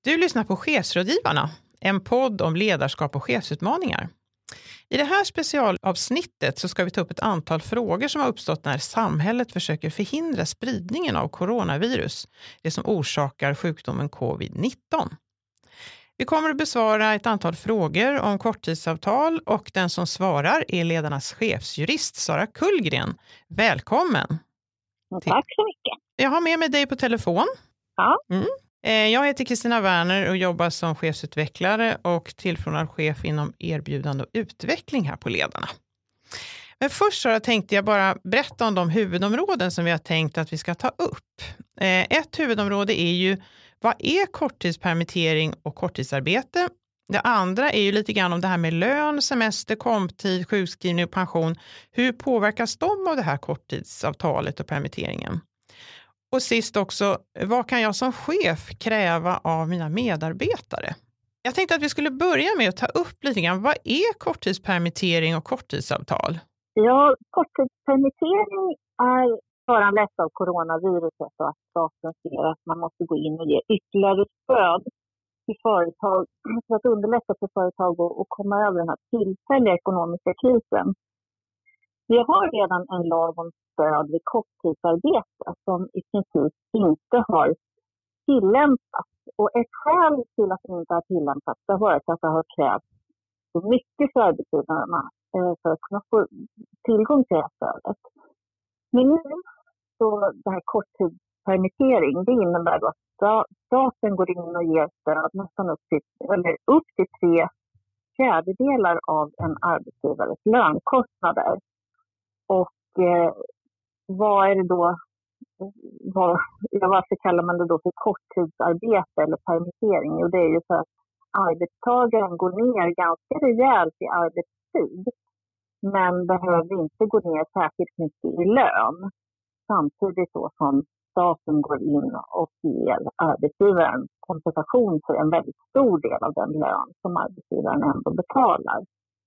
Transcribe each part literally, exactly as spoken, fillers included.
Du lyssnar på Chefsrådgivarna, en podd om ledarskap och chefsutmaningar. I det här specialavsnittet så ska vi ta upp ett antal frågor som har uppstått när samhället försöker förhindra spridningen av coronavirus, det som orsakar sjukdomen covid nitton. Vi kommer att besvara ett antal frågor om korttidsavtal och den som svarar är ledarnas chefsjurist Sara Kullgren. Välkommen! Tack så mycket. Jag har med mig dig på telefon. Ja. Mm. Jag heter Kristina Werner och jobbar som chefsutvecklare och tillförordnad chef inom erbjudande och utveckling här på Ledarna. Men först så tänkte jag bara berätta om de huvudområden som vi har tänkt att vi ska ta upp. Ett huvudområde är ju, vad är korttidspermittering och korttidsarbete? Det andra är ju lite grann om det här med lön, semester, komptid, sjukskrivning och pension. Hur påverkas de av det här korttidsavtalet och permitteringen? Och sist också, vad kan jag som chef kräva av mina medarbetare? Jag tänkte att vi skulle börja med att ta upp lite grann, vad är korttidspermittering och korttidsavtal? Ja, korttidspermittering är föranlett av coronaviruset och att staten ser att man måste gå in och ge ytterligare stöd till företag för att underlätta för företag att komma över den här tillfälliga ekonomiska krisen. Vi har redan en lag om stöd vid korttidsarbete som i princip inte har tillämpats. Och ett skäl till att det inte har tillämpats har varit att det har krävts så mycket för arbetsgivarna för att kunna få tillgång till det här stödet. Men nu så det här korttidspermittering, det innebär då att staten går in och ger stöd nästan upp till, eller upp till tre fjärdedelar av en arbetsgivares lönekostnader. Och eh, vad är det då, vad, ja, varför kallar man det då för korttidsarbete eller permittering? Jo, det är ju så att arbetstagaren går ner ganska rejält i arbetstid, men behöver inte gå ner särskilt mycket i lön. Samtidigt då som staten går in och ger arbetsgivaren kompensation för en väldigt stor del av den lön som arbetsgivaren ändå betalar.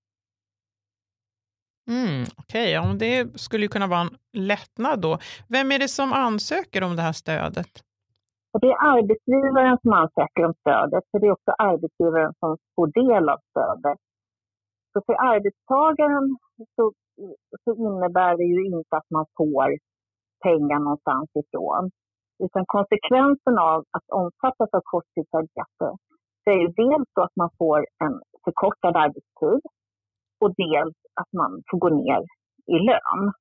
Mm, Okej, okay. Ja, det skulle ju kunna vara en lättnad då. Vem är det som ansöker om det här stödet? Det är arbetsgivaren som ansöker om stödet, för det är också arbetsgivaren som får del av stödet. Så för arbetstagaren så, så innebär det ju inte att man får pengar någonstans ifrån. Utan konsekvensen av att omfattas av korttidsarbete, det är ju dels då att man får en förkortad arbetstid och dels att man får gå ner i lön.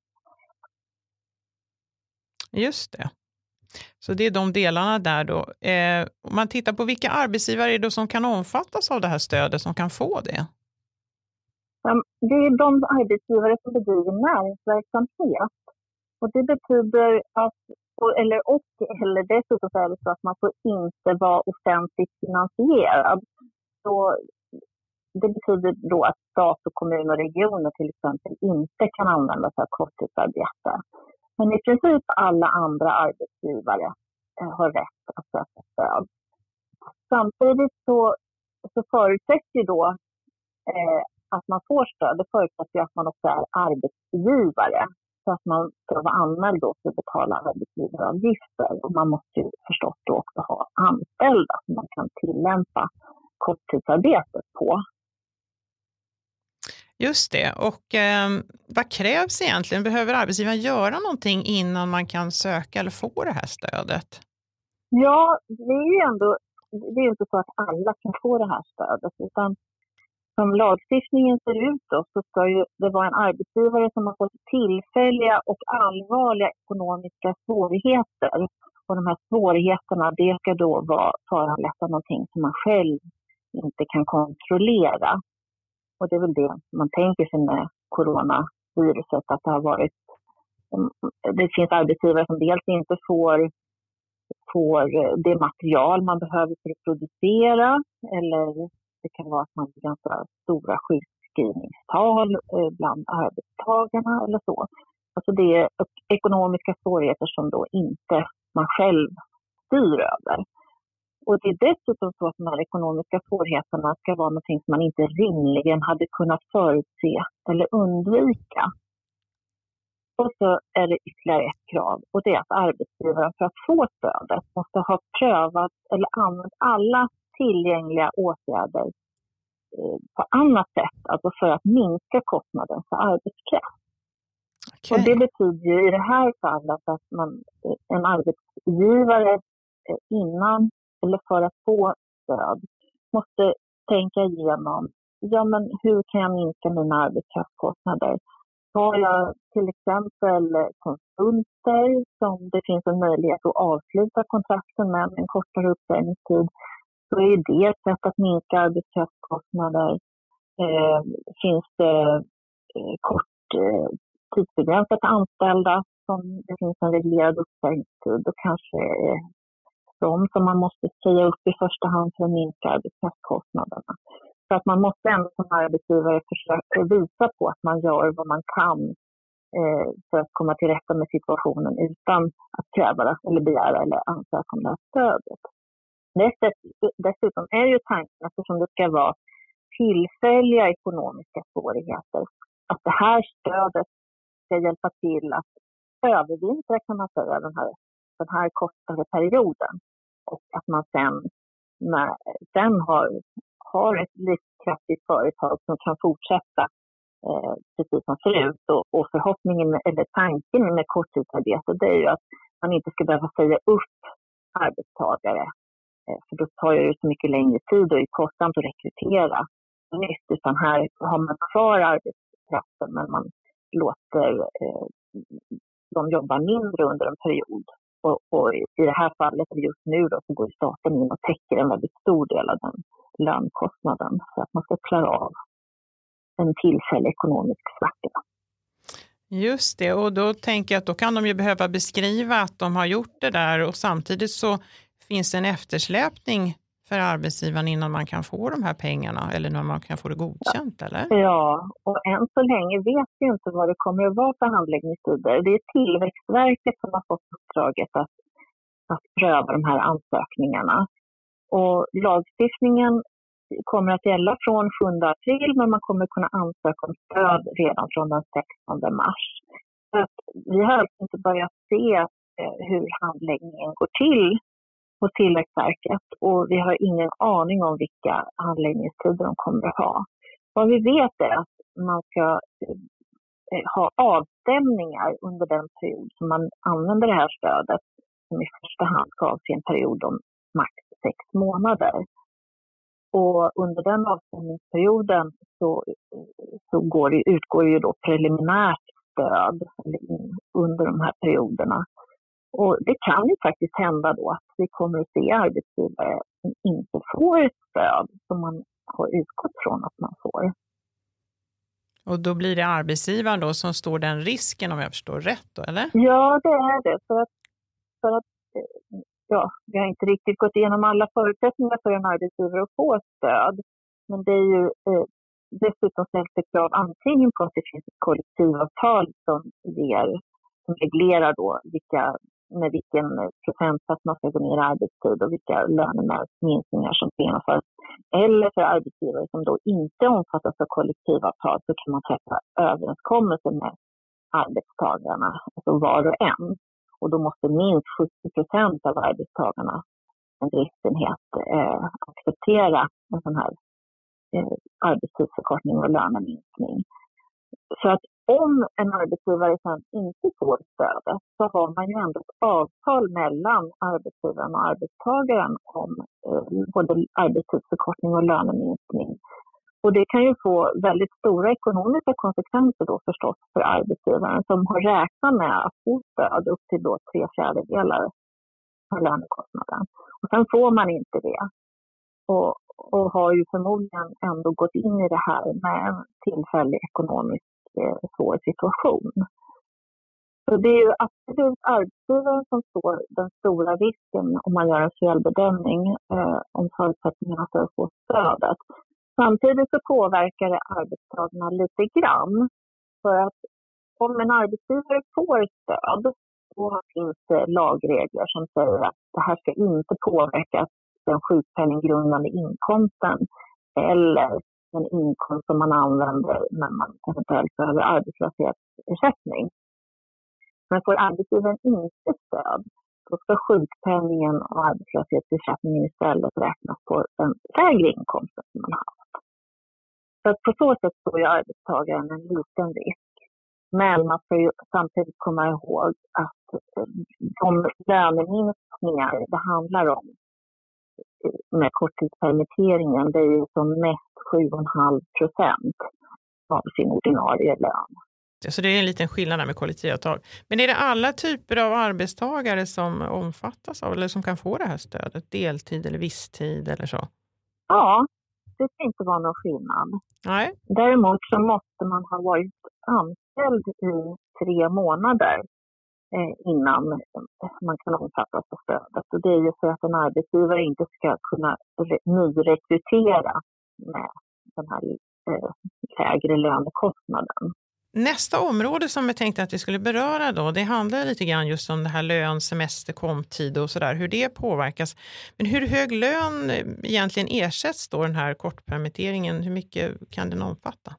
Just det. Så det är de delarna där då. Eh, om man tittar på vilka arbetsgivare är det som kan omfattas av det här stödet, som kan få det? Det är de arbetsgivare som bedriver näringsverksamhet. Och det betyder att, eller, och, eller dessutom är det så att man får inte vara offentligt finansierad. Så det betyder då att stat och kommun och regioner till exempel inte kan använda sig av korttidsarbete. Men i princip alla andra arbetsgivare eh, har rätt att söka stöd. Samtidigt så, så förutsätter ju då eh, att man får stöd. Det förutsätter att man också är arbetsgivare. Så att man ska vara anmäld då för att betala arbetsgivaravgifter. Och man måste ju förstås då också ha anställda som man kan tillämpa korttidsarbetet på. Just det. Och eh, vad krävs egentligen? Behöver arbetsgivaren göra någonting innan man kan söka eller få det här stödet? Ja, det är ju ändå, det är ju inte så att alla kan få det här stödet, utan som lagstiftningen ser ut då, så ska ju det vara en arbetsgivare som har fått tillfälliga och allvarliga ekonomiska svårigheter. Och de här svårigheterna, det ska då vara föranlett av någonting som man själv inte kan kontrollera. Och det är väl det man tänker sig med coronaviruset, att det har varit, det finns arbetsgivare som dels inte får, får det material man behöver för att producera, eller det kan vara att man har ganska stora sjukskrivningstal bland arbetstagarna eller så. Alltså det är ekonomiska svårigheter som då inte man själv styr över. Och det är dessutom så att de här ekonomiska svårigheterna ska vara någonting som man inte rimligen hade kunnat förutse eller undvika. Och så är det ytterligare ett krav, och det är att arbetsgivaren för att få stödet måste ha prövat eller använt alla tillgängliga åtgärder eh, på annat sätt, alltså för att minska kostnaden för arbetskraft. Okay. Och det betyder ju i det här fallet att man, en arbetsgivare eh, innan eller för att få stöd måste tänka igenom, ja men hur kan jag minska mina arbetskraftskostnader? Har jag till exempel konsulter som det finns en möjlighet att avsluta kontrakten med en kortare uppsägningstid, så är det ett sätt att minska arbetskraftskostnader. Eh, finns det eh, kort eh, tidsbegränsat anställda som det finns en reglerad uppsägningstid, då kanske eh, de som man måste säga upp i första hand för att minska arbetskraftskostnaderna. Så att man måste ändå som arbetsgivare försöka visa på att man gör vad man kan eh, för att komma till rätta med situationen utan att kräva eller begära eller ansöka om det här stödet. Dessutom är ju tanken, eftersom det ska vara tillfälliga ekonomiska svårigheter, att det här stödet ska hjälpa till att övervintra, kan man säga, den här, den här kortare perioden. Och att man sen, när, sen har, har ett livskraftigt företag som kan fortsätta eh, precis som förut. Och, och förhoppningen eller tanken med korttidsarbete, det är ju att man inte ska behöva säga upp arbetstagare. Eh, för då tar det ju så mycket längre tid och är kostsamt att rekrytera nytt. Utan här har man kvar arbetskraften, men man låter eh, de jobba mindre under en period. Och, och i det här fallet just nu då, så går staten in och täcker en väldigt stor del av den lönekostnaden för att man ska klara av en tillfällig ekonomisk svacka. Just det, och då tänker jag att då kan de ju behöva beskriva att de har gjort det där, och samtidigt så finns det en eftersläpning för arbetsgivaren innan man kan få de här pengarna, eller när man kan få det godkänt, ja. Eller? Ja, och än så länge vet vi inte vad det kommer att vara för handläggningstider. Det är Tillväxtverket som har fått uppdraget att, att pröva de här ansökningarna. Och lagstiftningen kommer att gälla från sjunde april, men man kommer kunna ansöka om stöd redan från den sextonde mars. Så att vi har alltså inte börjat se eh, hur handläggningen går till på Tillväxtverket, och vi har ingen aning om vilka handläggningstider de kommer att ha. Vad vi vet är att man ska eh, ha avstämningar under den period som man använder det här stödet, som i första hand ska avse en period om max sex månader. Och under den avstämningsperioden så, så går det, utgår det ju då preliminärt stöd under de här perioderna. Och det kan ju faktiskt hända då att vi kommer att se arbetsgivare som inte får ett stöd som man har utgått från att man får. Och då blir det arbetsgivaren då som står den risken, om jag förstår rätt då, eller? Ja, det är det. För att, för att ja, vi har inte riktigt gått igenom alla förutsättningar för en arbetsgivare att få stöd. Men det är ju eh, dessutom ställt ett krav antingen på att det finns ett kollektivavtal som ger, som reglerar då vilka, med vilken procentsats man ska gå ner i arbetstid och vilka löneminskningar som ska genomföras. Eller för arbetsgivare som då inte omfattas av kollektivavtal, så kan man träffa överenskommelser med arbetstagarna, alltså var och en. Och då måste minst sjuttio procent av arbetstagarna en driftsenhet eh, acceptera en sån här eh, arbetstidsförkortning och löneminskning. Så att om en arbetsgivare sen inte får stödet, så har man ju ändå ett avtal mellan arbetsgivaren och arbetstagaren om eh, både arbetstidsförkortning och löneminskning. Och det kan ju få väldigt stora ekonomiska konsekvenser då förstås för arbetsgivaren, som har räknat med att få stöd upp till då tre fjärdedelar av lönekostnaden. Och sen får man inte det. Och, och har ju förmodligen ändå gått in i det här med en tillfällig ekonomisk eh, svår situation. Så det är ju absolut arbetsgivaren som står den stora risken om man gör en felbedömning eh, om förutsättningarna för att få stödet. Samtidigt så påverkar det arbetstagarna lite grann, för att om en arbetsgivare får stöd, då finns det lagregler som säger att det här ska inte påverka den sjukpenninggrundande inkomsten eller den inkomst som man använder när man eventuellt behöver arbetslöshetsersättning. Men får arbetsgivaren inte stöd, då ska sjukpenningen och arbetslöshetsersättningen istället räknas på den lägre inkomsten som man har. Så att på så sätt står ju arbetstagaren en liten risk. Men man ska ju samtidigt komma ihåg att de löneminskningar det handlar om med korttidspermitteringen, det är ju som mest sju komma fem procent av sin ordinarie lön. Så det är en liten skillnad där med kollektivavtal. Men är det alla typer av arbetstagare som omfattas av eller som kan få det här stödet? Deltid eller visstid eller så? Ja, det ska inte vara någon skillnad. Nej. Däremot så måste man ha varit anställd i tre månader innan man kan omfattas av stödet. Och det är ju för att en arbetsgivare inte ska kunna nyrekrytera med den här eh, lägre lönekostnaden. Nästa område som jag tänkte att vi skulle beröra då, det handlar lite grann just om det här lön, semester, komtid och sådär, hur det påverkas. Men hur hög lön egentligen ersätts då den här kortpermitteringen? Hur mycket kan den omfatta?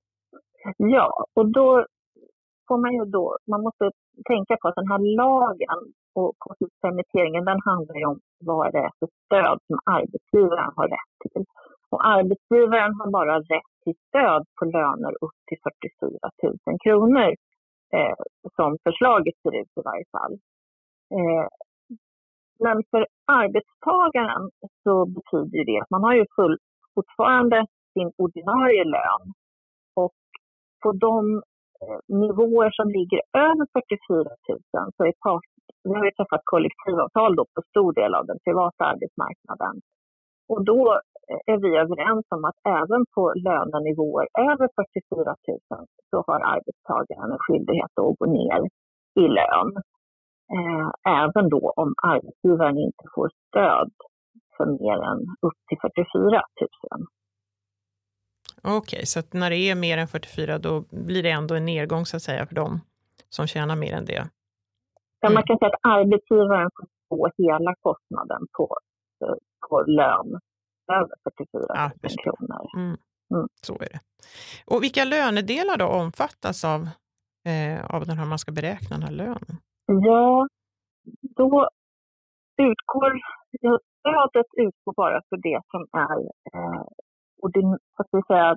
Ja, och då får man ju då, man måste tänka på att den här lagen och korttidspermitteringen, den handlar ju om vad det är för stöd som arbetsgivaren har rätt till. Och arbetsgivaren har bara rätt till stöd på löner upp till fyrtiofyra tusen kronor eh, som förslaget ser ut i varje fall. Eh, men för arbetstagaren så betyder det att man har ju full, fortfarande sin ordinarie lön och på de eh, nivåer som ligger över fyrtiofyra tusen så är part, vi har ju träffat kollektivavtal då på stor del av den privata arbetsmarknaden. Och då är vi överens om att även på lönenivåer över fyrtiofyra tusen så har arbetstagaren en skyldighet att gå ner i lön. Eh, även då om arbetsgivaren inte får stöd för mer än upp till fyrtiofyra tusen. Okej, okay, så att när det är mer än fyrtiofyra då blir det ändå en nedgång så att säga för dem som tjänar mer än det? Mm. Ja, man kan säga att arbetsgivaren får få hela kostnaden på, på lön över fyrtiofyra tusen ja, kronor. Mm. Mm. Så är det. Och vilka lönedelar då omfattas av, eh, av den här man ska beräkna den här lönen? Ja, då utgår stödet utgår bara för det som är eh, och det, så att vi säga,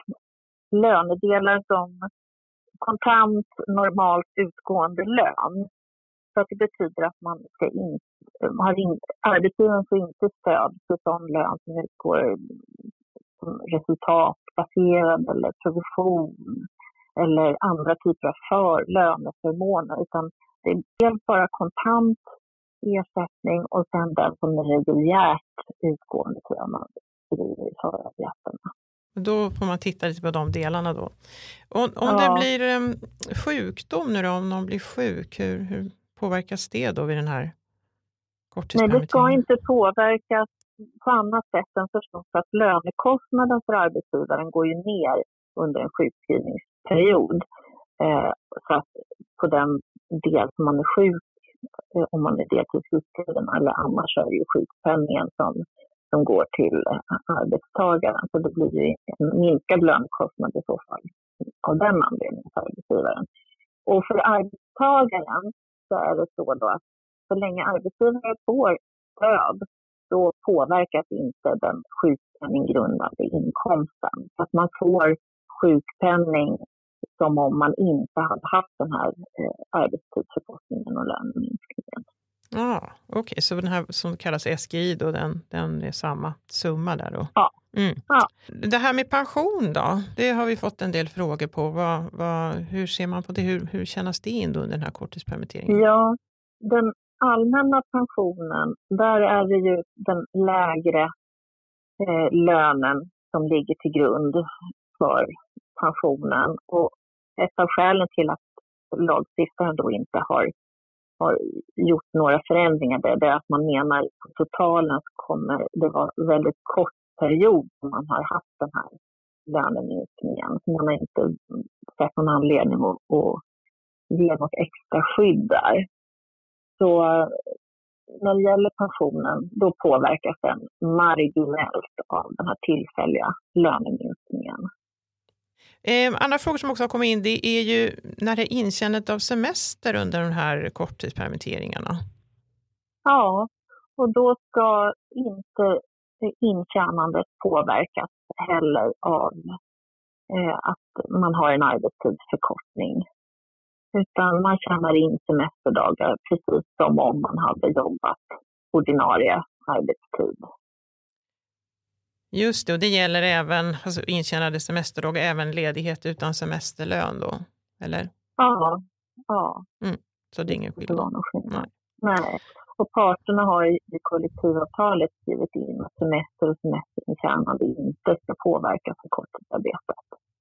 lönedelar som kontant normalt utgående lön. Så att det betyder att man ska in, har in, arbetsgivaren får inte stöd för sån lön som utgår som resultatbaserad eller provision eller andra typer av för, löneförmåner. Utan det är dels bara kontant ersättning och sen den som är reguljärt utgående till om man bedriver i förarbetena. Då får man titta lite på de delarna då. Och, om ja. det blir um, sjukdom nu då, om någon blir sjuk, hur, hur påverkas det då vid den här korttidspermitteringen? Nej, det ska inte påverkas på annat sätt än förstås att lönekostnaden för arbetsgivaren går ju ner under en sjukskrivningsperiod. Eh, så att på den del som man är sjuk, eh, om man är deltidssjukskriven eller annars så är det ju sjukpenningen som, som går till eh, arbetstagaren. Så det blir ju en minskad lönekostnad i så fall av den anledningen för arbetsgivaren. Och för arbetstagaren så är det så då att så länge arbetsgivare får stöd så påverkas inte den sjukpenninggrundande inkomsten. Så att man får sjukpenning som om man inte hade haft den här eh, arbetstidsförkortningen och löneminskningen. Ja, ah, okej. Okay. Så den här som kallas S G I då, den, den är samma summa där då? Ja. Mm. ja. Det här med pension då, det har vi fått en del frågor på. Vad, vad, hur ser man på det? Hur, hur kännas det in då under den här korttidspermitteringen? Ja, den allmänna pensionen, där är det ju den lägre eh, lönen som ligger till grund för pensionen. Och ett av skälen till att lagstiftaren då inte har, har gjort några förändringar det är att man menar att på totalen så kommer det vara väldigt kort period som man har haft den här löneminskningen. Man har inte sett någon anledning att, att ge något extra skydd där. Så när det gäller pensionen, då påverkas den marginellt av den här tillfälliga löneminskningen. Eh, andra frågor som också har kommit in, det är ju när det är intjänandet av semester under de här korttidspermitteringarna. Ja, och då ska inte intjänandet påverkas heller av eh, att man har en arbetstidsförkortning. Utan man tjänar in semesterdagar precis som om man hade jobbat ordinarie arbetstid. Just det, och det gäller även alltså intjänade semesterdagar, även ledighet utan semesterlön då, eller? Ja, ja. Mm. Så det är ingen skillnad. Nej. Nej. Och parterna har i kollektivavtalet skrivit in att semester och semesterintjänande inte ska påverkas av korttidsarbetet.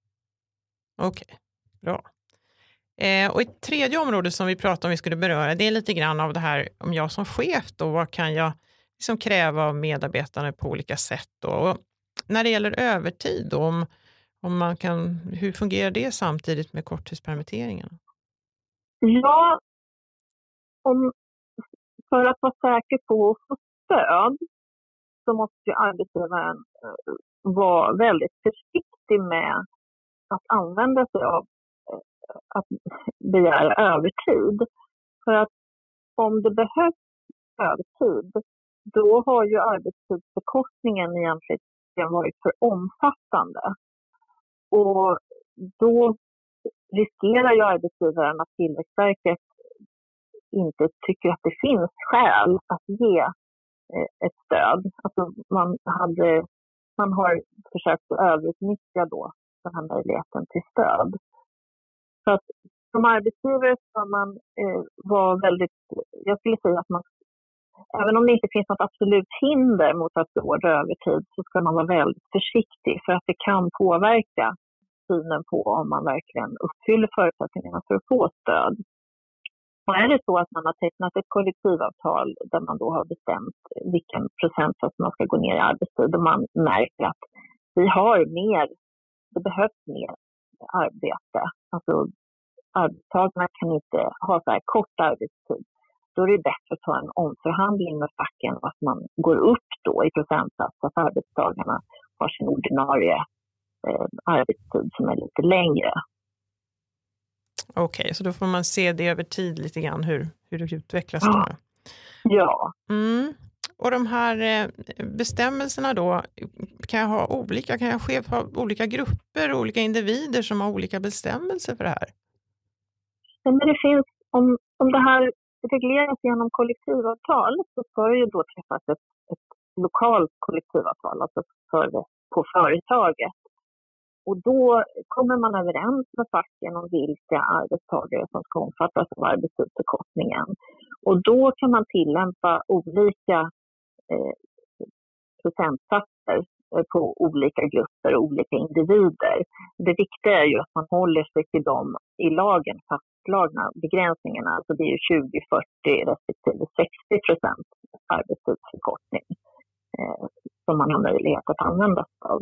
Okej, okay. Bra. Eh, och ett tredje område som vi pratade om vi skulle beröra, det är lite grann av det här om jag som chef då, vad kan jag liksom kräva av medarbetarna på olika sätt då? Och när det gäller övertid då, om, om man kan, hur fungerar det samtidigt med korttidspermitteringen? Ja, om, för att vara säker på att få stöd så måste ju arbetsgivaren eh, vara väldigt försiktig med att använda sig av eh, att begära övertid. För att om det behövs övertid, då har ju arbetstidsförkortningen egentligen varit för omfattande. Och då riskerar ju arbetsgivaren att Tillväxtverket inte tycker att det finns skäl att ge ett stöd. Alltså man, hade, man har försökt att överutnyttja då den här möjligheten till stöd. Så att som arbetsgivare ska man eh, vara väldigt, jag skulle säga att man, även om det inte finns något absolut hinder mot att beordra övertid, så ska man vara väldigt försiktig för att det kan påverka synen på om man verkligen uppfyller förutsättningarna för att få stöd. Och är det så att man har tecknat ett kollektivavtal där man då har bestämt vilken procentsats man ska gå ner i arbetstid och man märker att vi har mer, det behövs mer arbete. Alltså arbetstagarna kan inte ha så här kort arbetstid. Då är det bättre att ta en omförhandling med facken och att man går upp då i procentsats så att arbetstagarna har sin ordinarie eh, arbetstid som är lite längre. Okej, okay, så då får man se det över tid lite grann hur, hur det utvecklas då. Ja. Mm. Och de här bestämmelserna då, kan jag ha olika, kan jag chef ha olika grupper, olika individer som har olika bestämmelser för det här? Men det finns, om, om det här regleras genom kollektivavtal så ska det ju då träffas ett, ett lokalt kollektivavtal, alltså för, på företaget. Och då kommer man överens med facken om vilka arbetstagare som ska omfattas av arbetstidsförkortningen. Och då kan man tillämpa olika eh, procentsatser på olika grupper och olika individer. Det viktiga är ju att man håller sig till de i lagen fastslagna begränsningarna. Alltså det är ju tjugo, fyrtio respektive sextio procent arbetstidsförkortning eh, som man har möjlighet att använda sig av.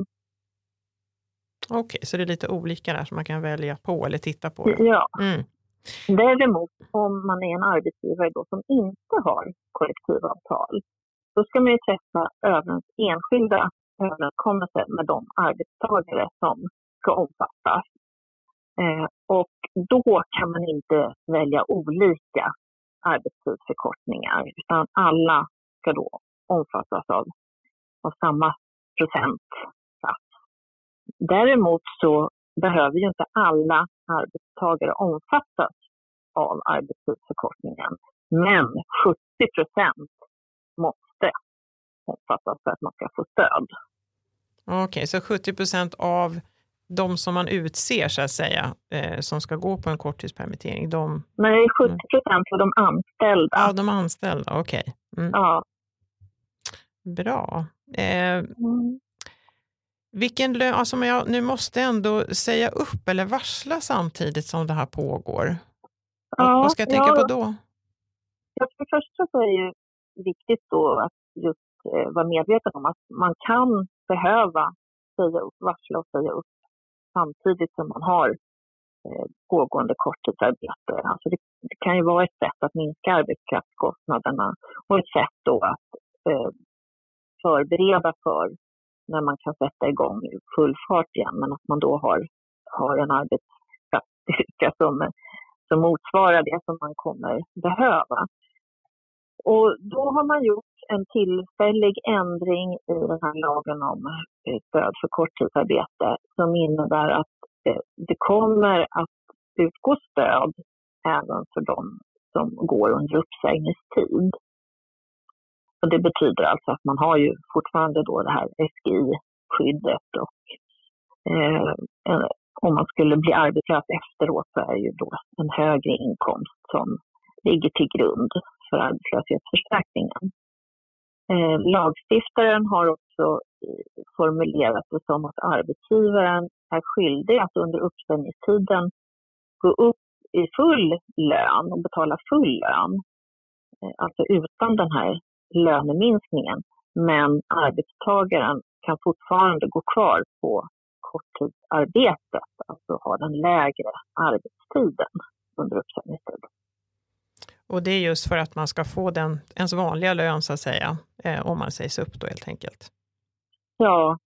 Okej, okay, så det är lite olika där som man kan välja på eller titta på. Det. Ja. Mm. Däremot om man är en arbetsgivare då som inte har kollektivavtal, då ska man ju träffa överens, enskilda överenskommelser med de arbetstagare som ska omfattas. Eh, och då kan man inte välja olika arbetstidsförkortningar, utan alla ska då omfattas av, av samma procentsats. Däremot så behöver ju inte alla arbetstagare omfattas av arbetstidsförkortningen, men sjuttio procent måste omfattas för att man ska få stöd. Okej, okay, så sjuttio procent av de som man utser så att säga, eh, som ska gå på en korttidspermittering, de... Nej, sjuttio procent för de anställda. Ja, de anställda, okej. Okay. Mm. Ja. Bra. Eh, mm. Vilken lön, alltså men jag nu måste ändå säga upp eller varsla samtidigt som det här pågår. Ja, vad ska jag tänka ja. på då? Ja, för det första så är det ju viktigt då att just eh, vara medveten om att man kan behöva säga upp, varsla och säga upp samtidigt som man har eh, pågående korttidsarbete. Alltså det, det kan ju vara ett sätt att minska arbetskraftskostnaderna och ett sätt då att eh, förbereda för när man kan sätta igång full fart igen, men att man då har, har en arbetskraftsstyrka som, som motsvarar det som man kommer behöva. Och då har man gjort en tillfällig ändring i den här lagen om stöd för korttidsarbete som innebär att det kommer att utgå stöd även för de som går under uppsägningstid. Och det betyder alltså att man har ju fortfarande då det här S G I-skyddet och eh, om man skulle bli arbetslös efteråt så är ju då en högre inkomst som ligger till grund för arbetslöshetsförsäkringen. Eh, lagstiftaren har också formulerat det som att arbetsgivaren är skyldig att under uppsägningstiden gå upp i full lön och betala full lön, eh, alltså utan den här löneminskningen. Men arbetstagaren kan fortfarande gå kvar på korttidsarbetet, alltså ha den lägre arbetstiden under uppsägningstiden. Och det är just för att man ska få den, ens vanliga lön så att säga, eh, om man sägs upp då helt enkelt. Ja.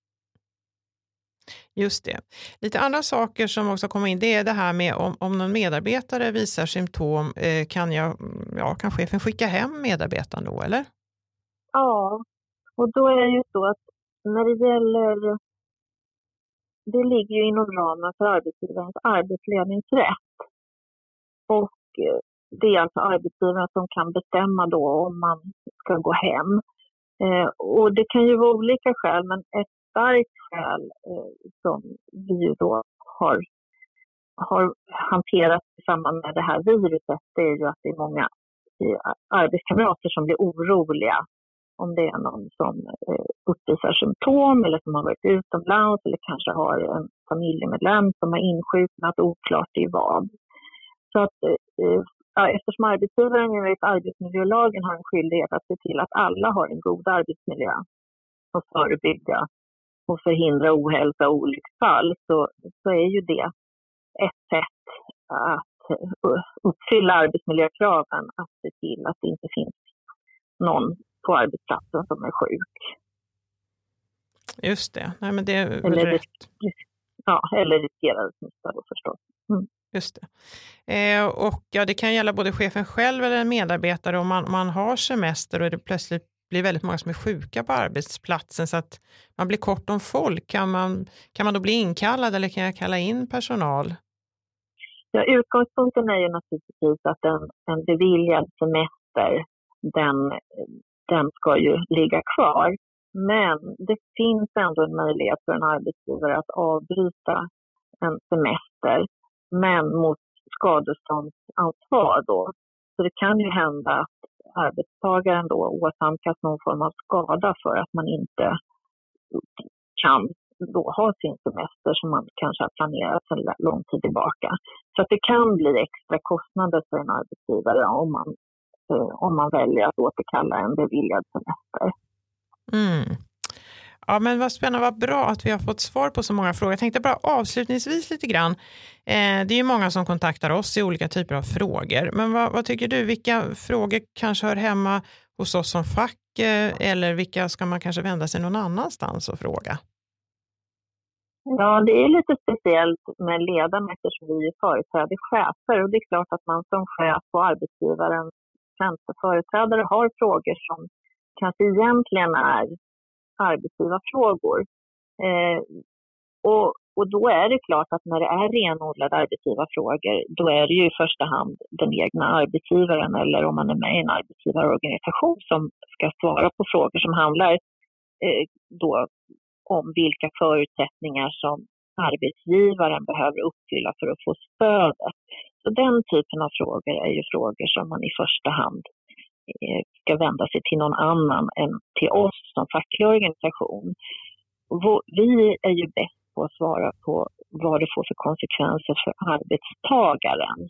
Just det. Lite andra saker som också kommer in, det är det här med om, om någon medarbetare visar symptom, eh, kan, jag, ja, kan chefen skicka hem medarbetaren då, eller? Ja, och då är det ju så att när det gäller, det ligger ju inom ramen för arbetsgivarens arbetsledningsrätt. Och det är alltså arbetsgivaren som kan bestämma då om man ska gå hem. Eh, och det kan ju vara olika skäl, men ett starkt skäl eh, som vi ju då har, har hanterat i samband med det här viruset, det är ju att det är många eh, arbetskamrater som blir oroliga om det är någon som eh, uppvisar symptom eller som har varit utomlands eller kanske har en familjemedlem som har insjuknat, oklart i vad. Så att eh, ja, eftersom arbetsgivaren enligt arbetsmiljölagen har en skyldighet att se till att alla har en god arbetsmiljö och förebygga och förhindra ohälsa och olycksfall, så, så är ju det ett sätt att uppfylla arbetsmiljökraven, att se till att det inte finns någon på arbetsplatsen som är sjuk. Just det. Nej, men det är eller, rätt. Ja, eller riskerar att smitta då förstås. Mm. Just det. Eh, och ja, det kan gälla både chefen själv eller en medarbetare. Om man, man har semester och det plötsligt blir väldigt många som är sjuka på arbetsplatsen så att man blir kort om folk. Kan man, kan man då bli inkallad eller kan jag kalla in personal? Ja, utgångspunkten är ju naturligtvis att en, en beviljad semester, den, den ska ju ligga kvar. Men det finns ändå en möjlighet för en arbetsgivare att avbryta en semester, men mot skadeståndsansvar då. Så det kan ju hända att arbetstagaren då åsamkas någon form av skada för att man inte kan då ha sin semester som man kanske har planerat sedan lång tid tillbaka. Så att det kan bli extra kostnader för en arbetsgivare om man, om man väljer att återkalla en beviljad semester. Mm. Ja, men vad spännande, vad bra att vi har fått svar på så många frågor. Jag tänkte bara avslutningsvis lite grann. Eh, det är ju många som kontaktar oss i olika typer av frågor. Men vad, vad tycker du? Vilka frågor kanske hör hemma hos oss som fack? Eh, eller vilka ska man kanske vända sig någon annanstans och fråga? Ja, det är lite speciellt med ledarna eftersom vi företräder chefer. Och det är klart att man som chef och arbetsgivaren, tjänsteföreträdare, har frågor som kanske egentligen är arbetsgivarfrågor. Eh, och, och då är det klart att när det är renodlade arbetsgivarfrågor, då är det ju i första hand den egna arbetsgivaren eller om man är med i en arbetsgivarorganisation som ska svara på frågor som handlar eh, då om vilka förutsättningar som arbetsgivaren behöver uppfylla för att få stödet. Så den typen av frågor är ju frågor som man i första hand ska vända sig till någon annan än till oss som facklig organisation. Vi är ju bäst på att svara på vad det får för konsekvenser för arbetstagaren.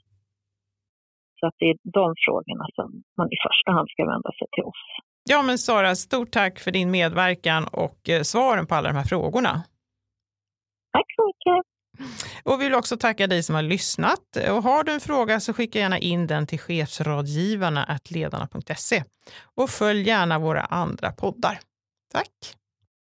Så att det är de frågorna som man i första hand ska vända sig till oss. Ja, men Sara, stort tack för din medverkan och svaren på alla de här frågorna. Tack så mycket. Och vi vill också tacka dig som har lyssnat. Och har du en fråga så skicka gärna in den till chefsrådgivarna at ledarna punkt se. Och följ gärna våra andra poddar. Tack!